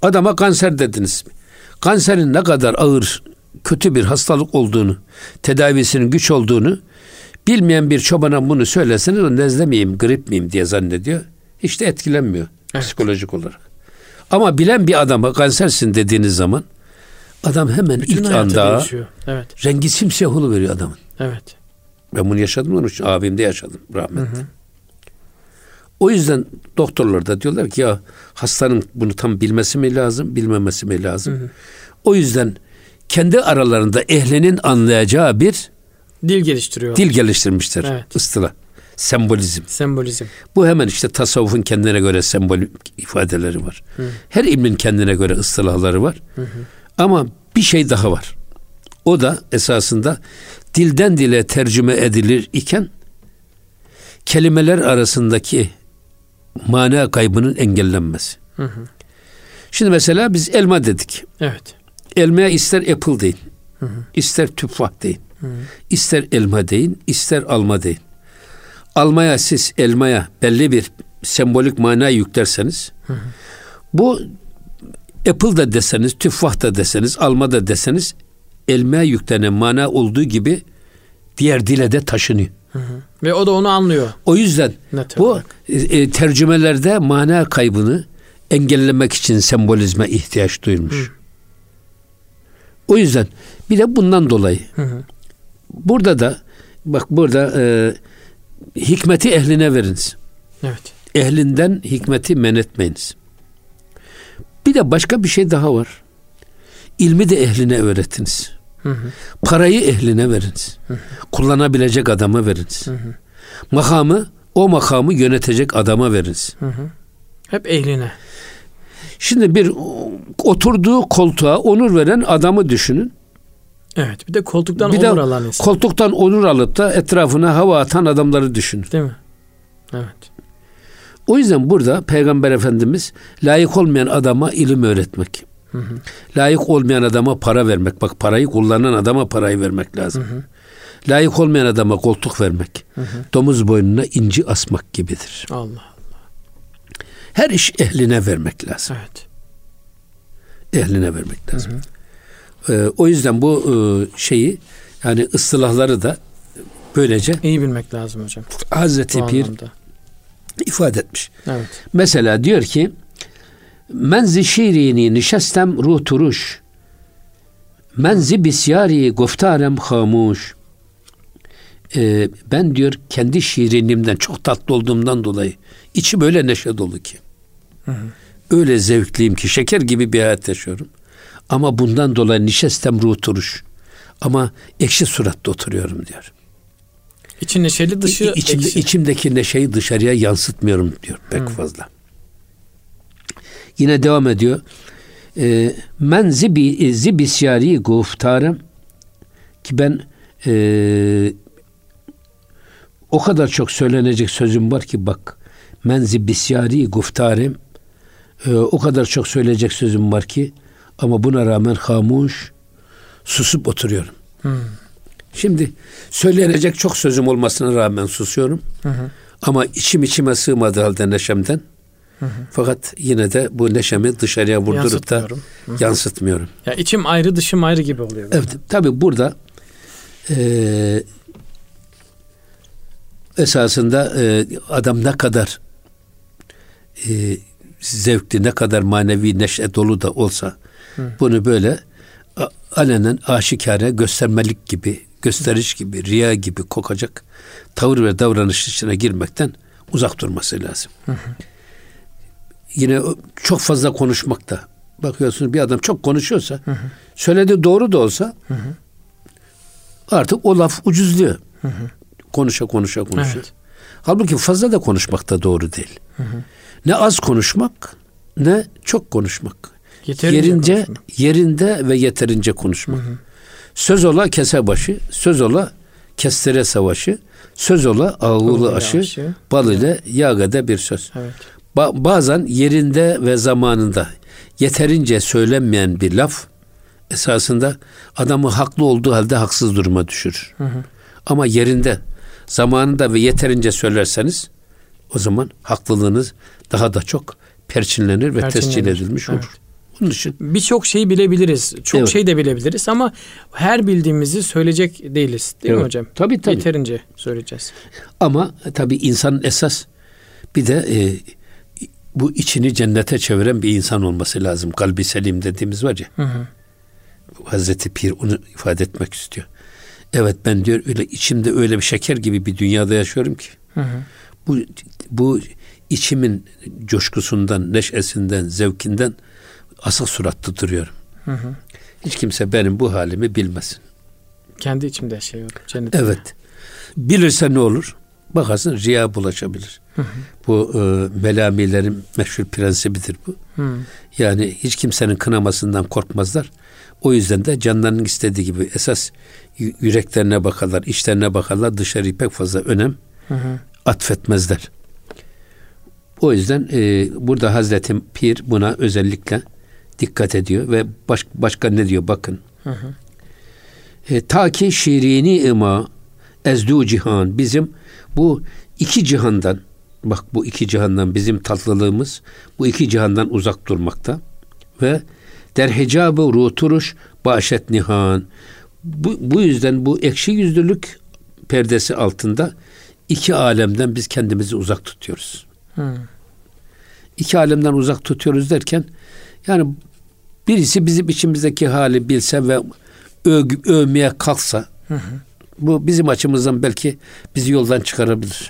Adama kanser dediniz. Kanserin ne kadar ağır, kötü bir hastalık olduğunu, tedavisinin güç olduğunu bilmeyen bir çobana bunu söyleseniz o nezle miyim, grip miyim diye zannediyor. Hiç de etkilenmiyor evet. psikolojik olarak. Ama bilen bir adama kansersin dediğiniz zaman adam hemen bütün ilk anda evet. rengi simsiyah oluveriyor adamın. Evet. Ben bunu yaşadım onun için. Abim de yaşadım rahmetli. Hı hı. O yüzden doktorlar da diyorlar ki ya hastanın bunu tam bilmesi mi lazım, bilmemesi mi lazım? Hı hı. O yüzden kendi aralarında ehlinin anlayacağı bir dil geliştiriyor. Dil geliştirmişler. Evet. Istılah. Sembolizm. Sembolizm. Bu hemen işte tasavvufun kendine göre sembol ifadeleri var. Hı. Her ilmin kendine göre ıstılahları var. Hı hı. Ama bir şey daha var. O da esasında dilden dile tercüme edilir iken kelimeler arasındaki mana kaybının engellenmesi. Hı hı. Şimdi mesela biz elma dedik. Evet. Elmaya ister apple deyin, hı hı. ister tüfah deyin, hı hı. ister elma deyin, ister alma deyin. Almaya siz elmaya belli bir sembolik mana yüklerseniz, hı hı. bu apple da deseniz, tüfah da deseniz, alma da deseniz, elmaya yüklenen mana olduğu gibi diğer dile de taşınıyor. Hı hı. Ve o da onu anlıyor. O yüzden Net bu e, tercümelerde mana kaybını engellemek için sembolizme ihtiyaç duyulmuş. Hı. O yüzden bir de bundan dolayı hı hı. burada da bak burada e, hikmeti ehline veriniz. Evet. Ehlinden hikmeti men etmeyiniz. Bir de başka bir şey daha var. İlmi de ehline öğretiniz. Hı hı. Parayı ehline veriniz. Hı hı. Kullanabilecek adama veriniz. Hı hı. Makamı, o makamı yönetecek adama veriniz. Hı hı. Hep ehline. Şimdi bir oturduğu koltuğa onur veren adamı düşünün. Evet, bir de koltuktan bir onur de alan insan. Koltuktan onur alıp da etrafına hava atan adamları düşünün. Değil mi? Evet. O yüzden burada Peygamber Efendimiz layık olmayan adama ilim öğretmek. Hı hı. Layık olmayan adama para vermek. Bak parayı kullanan adama parayı vermek lazım. Hı hı. Layık olmayan adama koltuk vermek. Hı hı. Domuz boynuna inci asmak gibidir. Allah Allah. Her iş ehline vermek lazım. Evet. Ehline vermek lazım. Hı hı. Ee, o yüzden bu e, şeyi yani ıstılahları da böylece iyi bilmek lazım hocam. Hazreti Pir ifade etmiş. Evet. Mesela diyor ki menzi şirini nişestem ruh turuş menzi bisyari guftarem hamuş. Ee, ben diyor kendi şirinliğimden çok tatlı olduğumdan dolayı içim öyle neşe dolu ki. Hı hı. Öyle zevkliyim ki şeker gibi bir hayat yaşıyorum. Ama bundan dolayı nişestem ruh turuş. Ama ekşi suratta oturuyorum diyor. İçin neşeli dışı İçimde, ekşi. İçimdeki neşeyi dışarıya yansıtmıyorum diyor pek hmm. fazla. Yine devam ediyor. Men zibi zibisyari guftarım ki ben e, o kadar çok söylenecek sözüm var ki bak men zibisyari guftarım e, o kadar çok söyleyecek sözüm var ki ama buna rağmen hamuş susup oturuyorum. Hmm. Şimdi söylenecek çok sözüm olmasına rağmen susuyorum. Hı hı. Ama içim içime sığmadığı halde neşemden. Hı hı. Fakat yine de bu neşemi dışarıya vurdurup da hı hı. yansıtmıyorum. Ya içim ayrı dışım ayrı gibi oluyor. Evet. Tabii burada e, esasında e, adam ne kadar e, zevkli, ne kadar manevi neşe dolu da olsa hı. bunu böyle alenen aşikare göstermelik gibi, gösteriş gibi, riya gibi kokacak tavır ve davranış içine girmekten uzak durması lazım. Hı hı. Yine çok fazla konuşmak da bakıyorsunuz bir adam çok konuşuyorsa hı hı. söylediği doğru da olsa hı hı. artık o laf ucuzluyor. Hı hı. Konuşa konuşa konuşuyor. Evet. Halbuki fazla da konuşmak da doğru değil. Hı hı. Ne az konuşmak ne çok konuşmak. Yeterince yerince konuşmak. Yerinde ve yeterince konuşmak. Hı hı. Söz ola kese başı, söz ola kestere savaşı, söz ola ağılı aşı, aşı, bal ile yağda bir söz. Evet. Ba- bazen yerinde ve zamanında yeterince söylenmeyen bir laf esasında adamı haklı olduğu halde haksız duruma düşürür. Hı hı. Ama yerinde, zamanında ve yeterince söylerseniz o zaman haklılığınız daha da çok perçinlenir ve tescil edilmiş olur. Evet. Onun için birçok şeyi bilebiliriz. Çok evet. şey de bilebiliriz ama her bildiğimizi söyleyecek değiliz. Değil evet. mi hocam? Tabii tabii. Yeterince söyleyeceğiz. Ama tabii insanın esas bir de e, bu içini cennete çeviren bir insan olması lazım. Kalbi selim dediğimiz var ya. Hı hı. Hazreti Pir onu ifade etmek istiyor. Evet, ben diyor öyle içimde öyle bir şeker gibi bir dünyada yaşıyorum ki. Hı hı. Bu bu içimin coşkusundan, neşesinden, zevkinden asık suratlı duruyorum. Hı hı. Hiç kimse benim bu halimi bilmesin. Kendi içimde yaşıyorum. Cennetinde. Evet. Bilirse ne olur? Bakarsın riya bulaşabilir. Hı hı. Bu e, melamilerin meşhur prensibidir bu. Hı. Yani hiç kimsenin kınamasından korkmazlar. O yüzden de canlarının istediği gibi esas yüreklerine bakarlar, içlerine bakarlar. Dışarıyı pek fazla önem hı hı. atfetmezler. O yüzden e, burada Hazreti Pir buna özellikle dikkat ediyor ve baş, başka ne diyor bakın. Hı hı. E, ta ki şirini ima ezdu cihan, bizim bu iki cihandan, bak bu iki cihandan bizim tatlılığımız bu iki cihandan uzak durmakta ve der hicabı ruturuş başet nihan. Bu, bu yüzden bu ekşi yüzlülük perdesi altında iki alemden biz kendimizi uzak tutuyoruz. Hmm. İki alemden uzak tutuyoruz derken yani birisi bizim içimizdeki hali bilse ve öv, övmeye kalksa hı hı. bu bizim açımızdan belki bizi yoldan çıkarabilir.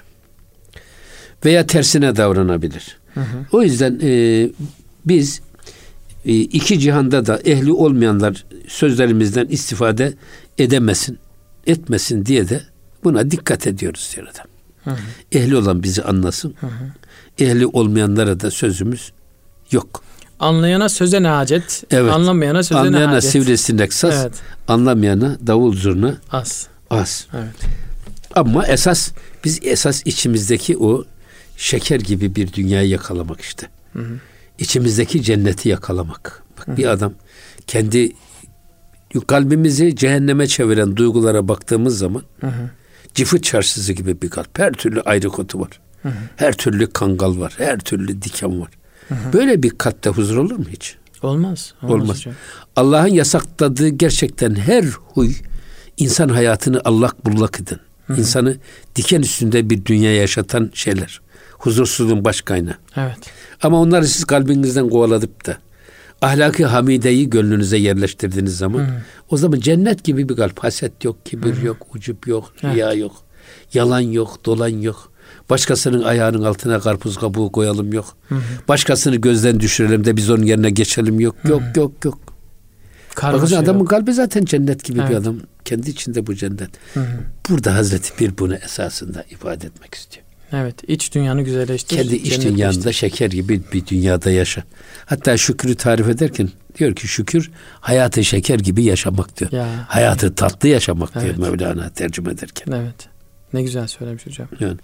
Veya tersine davranabilir. Hı hı. O yüzden e, biz e, iki cihanda da ehli olmayanlar sözlerimizden istifade edemesin, etmesin diye de buna dikkat ediyoruz diyor adam. Hı hı. Ehli olan bizi anlasın. Hı hı. Ehli olmayanlara da sözümüz yok. Anlayana söze ne hacet, evet. anlamayana söze anlayana ne hacet. Anlayana sivrisinek saz, evet. anlamayana davul zurna az. az. Evet. Ama esas biz esas içimizdeki o şeker gibi bir dünyayı yakalamak işte. Hı hı. İçimizdeki cenneti yakalamak. Bak, hı hı. bir adam kendi kalbimizi cehenneme çeviren duygulara baktığımız zaman hı hı. Cifut çarşısı gibi bir kalp. Her türlü ayrıkotu var. Hı hı. Her türlü kangal var. Her türlü diken var. Hı hı. Böyle bir kalpte huzur olur mu hiç? Olmaz. Olmaz. Olmaz. Allah'ın yasakladığı gerçekten her huy insan hayatını allak bullak eden, hı hı. insanı diken üstünde bir dünya yaşatan şeyler. Huzursuzluğun baş kaynağı. Evet. Ama onları siz kalbinizden kovaladıp da ahlaki hamideyi gönlünüze yerleştirdiğiniz zaman hı hı. o zaman cennet gibi bir kalp. Haset yok, kibir hı hı. yok, ucup yok, evet. riya yok, yalan yok, dolan yok. Başkasının ayağının altına karpuz kabuğu koyalım yok. Hı hı. Başkasını gözden düşürelim de biz onun yerine geçelim yok. Hı hı. Yok, yok, yok. Bakın adamın yok. Kalbi zaten cennet gibi evet. bir adam. Kendi içinde bu cennet. Hı hı. Burada Hazreti Pir bunu esasında ifade etmek istiyor. Evet, iç dünyanı güzelleştir. Kendi iç dünyanında şeker gibi bir dünyada yaşa. Hatta şükrü tarif ederken diyor ki şükür hayatı şeker gibi yaşamak diyor. Ya, hayatı evet. tatlı yaşamak evet. diyor Mevlana tercüme ederken. Evet. Ne güzel söylemiş hocam. Yani.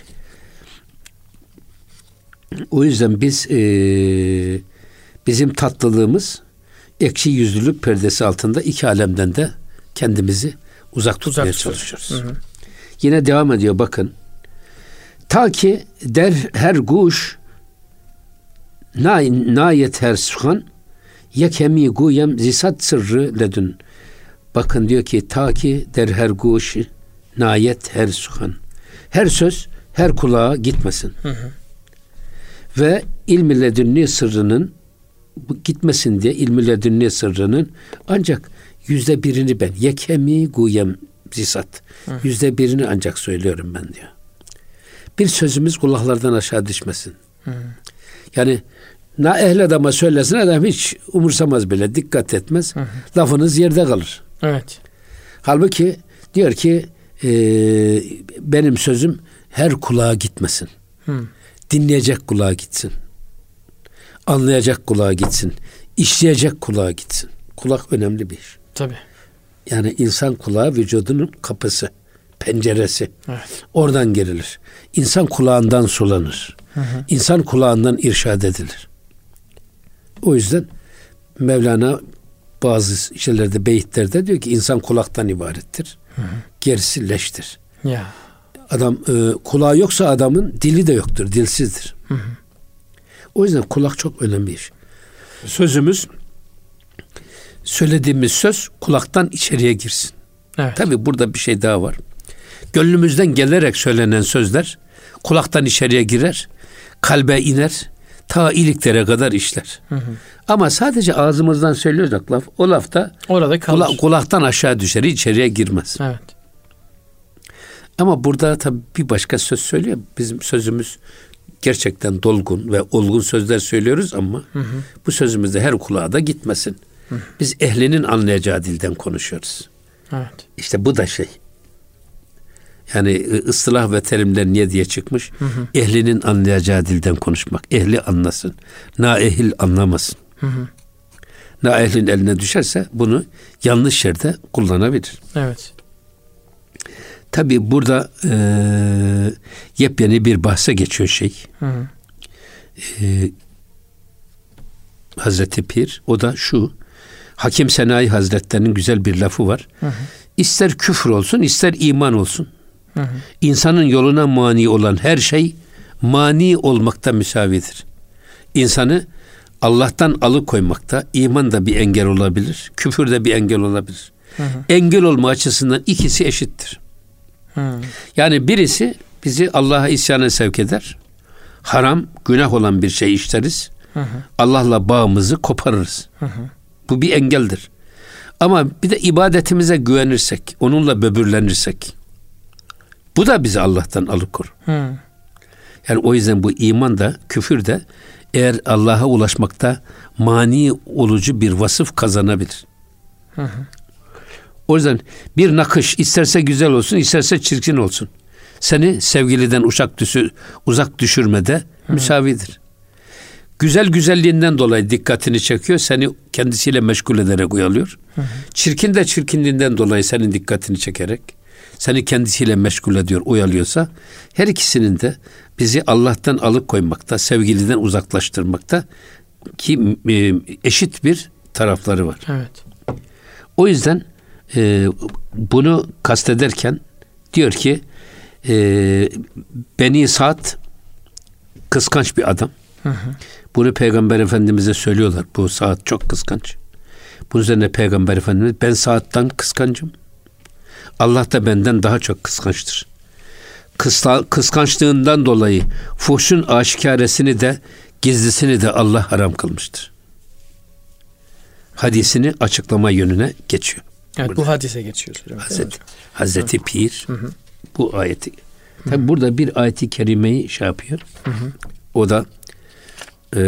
O yüzden biz e, bizim tatlılığımız ekşi yüzlülük perdesi altında iki alemden de kendimizi uzak tutmaya uzak çalışıyoruz. Hı hı. Yine devam ediyor bakın. Ta ki der her guş nayet her suhan yekemi guyem zisat sırrı ledün. Bakın diyor ki ta ki der her guş nayet her suhan. Her söz her kulağa gitmesin. Hı hı. Ve ilmi ledünni sırrının gitmesin diye ilmi ledünni sırrının ancak yüzde birini ben yekemi guyem zisat. Hı. Yüzde birini ancak söylüyorum ben diyor. Bir sözümüz kulaklardan aşağı düşmesin. Hı. Yani na ehli adama söylesin adam hiç umursamaz bile, dikkat etmez. Hı hı. Lafınız yerde kalır. Evet. Halbuki diyor ki e, benim sözüm her kulağa gitmesin. Hı. Dinleyecek kulağa gitsin. Anlayacak kulağa gitsin. İşleyecek kulağa gitsin. Kulak önemli bir iş. Tabii. Yani insan kulağı vücudunun kapısı, penceresi. Evet. Oradan girilir. İnsan kulağından sulanır. Hı hı. İnsan kulağından irşad edilir. O yüzden Mevlana bazı şeylerde, beyitlerde diyor ki insan kulaktan ibarettir. Hı hı. Gerisi leştir. Ya. Adam e, kulağı yoksa adamın dili de yoktur, dilsizdir. Hı hı. O yüzden kulak çok önemli bir iş. Sözümüz, söylediğimiz söz kulaktan içeriye girsin. Evet. Tabii burada bir şey daha var. Gönlümüzden gelerek söylenen sözler kulaktan içeriye girer, kalbe iner, ta iliklere kadar işler. Hı hı. Ama sadece ağzımızdan söylüyorsak laf, o laf da orada kalır. Kula, kulaktan aşağı düşer, içeriye girmez. Evet. Ama burada tabii bir başka söz söylüyor. Bizim sözümüz gerçekten dolgun ve olgun sözler söylüyoruz ama hı hı. bu sözümüz de her kulağa da gitmesin. Hı. Biz ehlinin anlayacağı dilden konuşuyoruz. Evet. İşte bu da şey. Yani ıslah ve terimler niye diye çıkmış? Hı hı. Ehlinin anlayacağı dilden konuşmak. Ehli anlasın. Naehil anlamasın. Hı hı. Naehlin eline düşerse bunu yanlış yerde kullanabilir. Evet. Tabii burada e, yepyeni bir bahse geçiyor şey. Hı hı. E, Hazreti Pir, o da şu. Hakim Senayi Hazretlerinin güzel bir lafı var. Hı hı. İster küfür olsun, ister iman olsun. Hı hı. İnsanın yoluna mani olan her şey mani olmakta müsavidir. İnsanı Allah'tan alıkoymakta iman da bir engel olabilir, küfür de bir engel olabilir. Hı hı. Engel olma açısından ikisi eşittir. Hı. Yani birisi bizi Allah'a isyana sevk eder. Haram, günah olan bir şey işleriz. Hı hı. Allah'la bağımızı koparırız. Hı hı. Bu bir engeldir. Ama bir de ibadetimize güvenirsek, onunla böbürlenirsek, bu da bizi Allah'tan alıkor. Hı. Yani o yüzden bu iman da, küfür de eğer Allah'a ulaşmakta mani olucu bir vasıf kazanabilir. Hı hı. O yüzden bir nakış isterse güzel olsun, isterse çirkin olsun, seni sevgiliden uzak, düşür, uzak düşürmede hı. müsavidir. Güzel güzelliğinden dolayı dikkatini çekiyor, seni kendisiyle meşgul ederek uyalıyor. Hı hı. Çirkin de çirkinliğinden dolayı senin dikkatini çekerek seni kendisiyle meşgul ediyor, uyalıyorsa her ikisinin de bizi Allah'tan alıkoymakta, sevgiliden uzaklaştırmakta ki eşit bir tarafları var. Evet. O yüzden e, bunu kastederken diyor ki e, Beni Sa'd kıskanç bir adam. Hı hı. Bunu Peygamber Efendimiz'e söylüyorlar. Bu Sa'd çok kıskanç. Bunun üzerine Peygamber Efendimiz, ben Sa'd'dan kıskancım. Allah da benden daha çok kıskançtır. Kısla, kıskançlığından dolayı fuhşun aşikaresini de gizlisini de Allah haram kılmıştır. Hadisini açıklama yönüne geçiyor. Evet, burada. Bu hadise geçiyor. Hazreti, Hazreti Pir hı hı. bu ayeti. Tabi hı hı. burada bir ayeti kerimeyi şey yapıyor. Hı hı. O da e,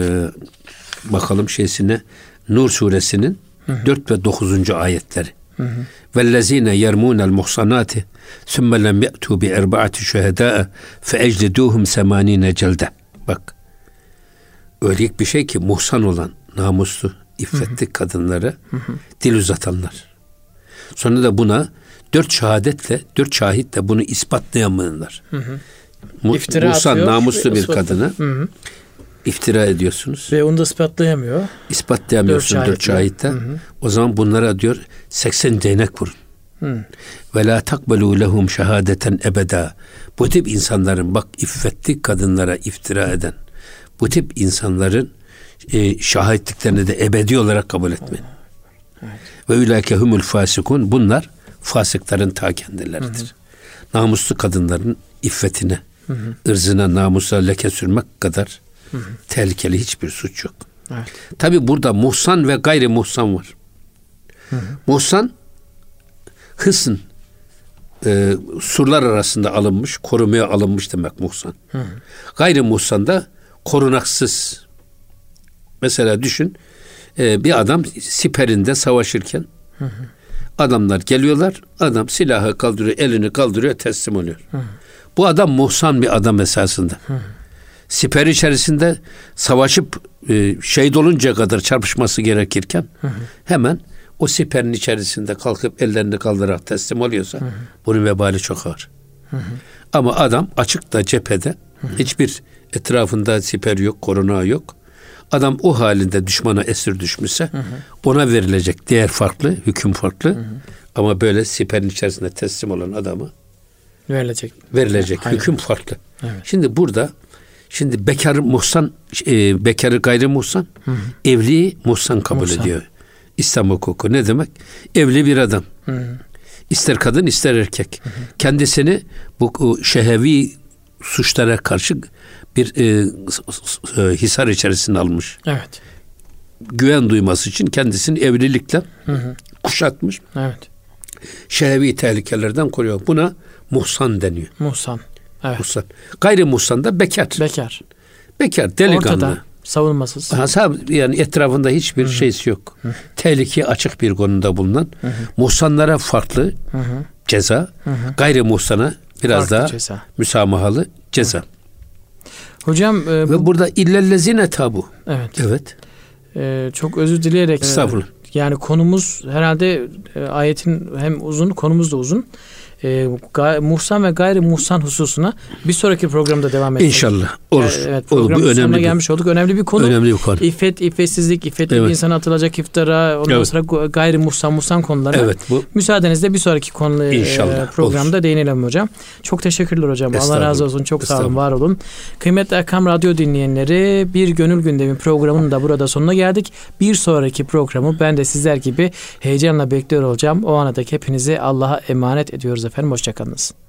bakalım şeysine, Nur suresinin hı hı. dört ve dokuzuncu ayetleri. وَالَّذ۪ينَ يَرْمُونَ الْمُحْصَنَاتِ ثُمَّ لَمْ يَأْتُوا بِاَرْبَعَةِ شُهَدَاءَ فَاَجْلِدُوهُمْ سَمَان۪ينَ جَلْدَ. Bak, öyle bir şey ki muhsan olan, namuslu, iffetli kadınlara hı hı. dil uzatanlar. Sonra da buna dört şehadetle, dört şahitle bunu ispatlayamayanlar. Hı hı. Mu- muhsan, namuslu bir kadına hı hı. iftira ediyorsunuz. Ve onu da ispatlayamıyor. İspatlayamıyorsun dört şahitle. O zaman bunlara diyor seksen değnek vurun. Ve la takbelu lehum şehadeten ebeda. Bu tip insanların, bak, iffetli kadınlara iftira eden bu tip insanların e, şahitliklerini de ebedi olarak kabul etmeyin. Evet. Ve ulaike humul fasikun. Bunlar fasıkların ta kendileridir. Hı hı. Namuslu kadınların iffetine, hı hı. ırzına, namusuna leke sürmek kadar hı hı. tehlikeli hiçbir suç yok. Evet. Tabi burada muhsan ve gayri muhsan var. Hı hı. Muhsan hısn e, surlar arasında alınmış, korumaya alınmış demek muhsan. Hı hı. Gayri muhsan da korunaksız. Mesela düşün, e, bir adam siperinde savaşırken hı hı. adamlar geliyorlar, adam silahı kaldırıyor, elini kaldırıyor, teslim oluyor. Hı hı. Bu adam muhsan bir adam esasında. Hı hı. Siper içerisinde savaşıp e, şehit oluncaya kadar çarpışması gerekirken hı hı. hemen o siperin içerisinde kalkıp ellerini kaldırarak teslim oluyorsa hı hı. bunun vebali çok ağır. Hı hı. Ama adam açıkta cephede, hı hı. hiçbir etrafında siper yok, koruna yok. Adam o halinde düşmana esir düşmüşse hı hı. ona verilecek değer farklı, hüküm farklı. Hı hı. Ama böyle siperin içerisinde teslim olan adama verilecek, verilecek hüküm farklı. Evet. Şimdi burada Şimdi bekar muhsan, e, bekarı gayri muhsan, hı hı. evli muhsan kabul muhsan. ediyor. İslam hukuku ne demek? Evli bir adam. Hı hı. İster kadın ister erkek. Hı hı. Kendisini bu şehevi suçlara karşı bir e, e, hisar içerisine almış. Evet. Güven duyması için kendisini evlilikle hı hı. kuşatmış. Evet. Şehevi tehlikelerden koruyor. Buna muhsan deniyor. Muhsan. Evet. Muhsan. Gayri muhsan da bekar. Bekar. Bekar, delikanlı. Ortada, savunmasız. Ha, yani etrafında hiçbir Hı-hı. şeysi yok. Hı-hı. Tehlikeye açık bir konuda bulunan. Hı-hı. Muhsanlara farklı Hı-hı. ceza. Hı-hı. Gayri muhsana biraz farklı daha ceza. müsamahalı ceza. Hı-hı. Hocam e, bu... ve burada illellezine tabu. Evet. Evet. E, çok özür dileyerek. Estağfurullah. E, yani konumuz herhalde e, ayetin hem uzun, konumuz da uzun. E, gay, muhsan ve gayri muhsan hususuna bir sonraki programda devam edeceğiz. İnşallah. Olur. Evet, programın Olur. Bu sonuna gelmiş olduk. Önemli bir konu. Önemli bir konu. İffet, iffetsizlik, iffetli evet. bir insana atılacak iftira, ondan evet. sonra gayri muhsan, muhsan konuları. Evet, bu. Müsaadenizle bir sonraki konu e, programda olur. değinelim hocam. Çok teşekkürler hocam. Allah razı olsun. Çok sağ olun, var olun. Kıymetli Erkam Radyo dinleyenleri, Bir Gönül Gündemi programının da burada sonuna geldik. Bir sonraki programı ben de sizler gibi heyecanla bekliyor olacağım. O ana dek hepinizi Allah'a emanet ediyoruz efendim. Hoşçakalınız.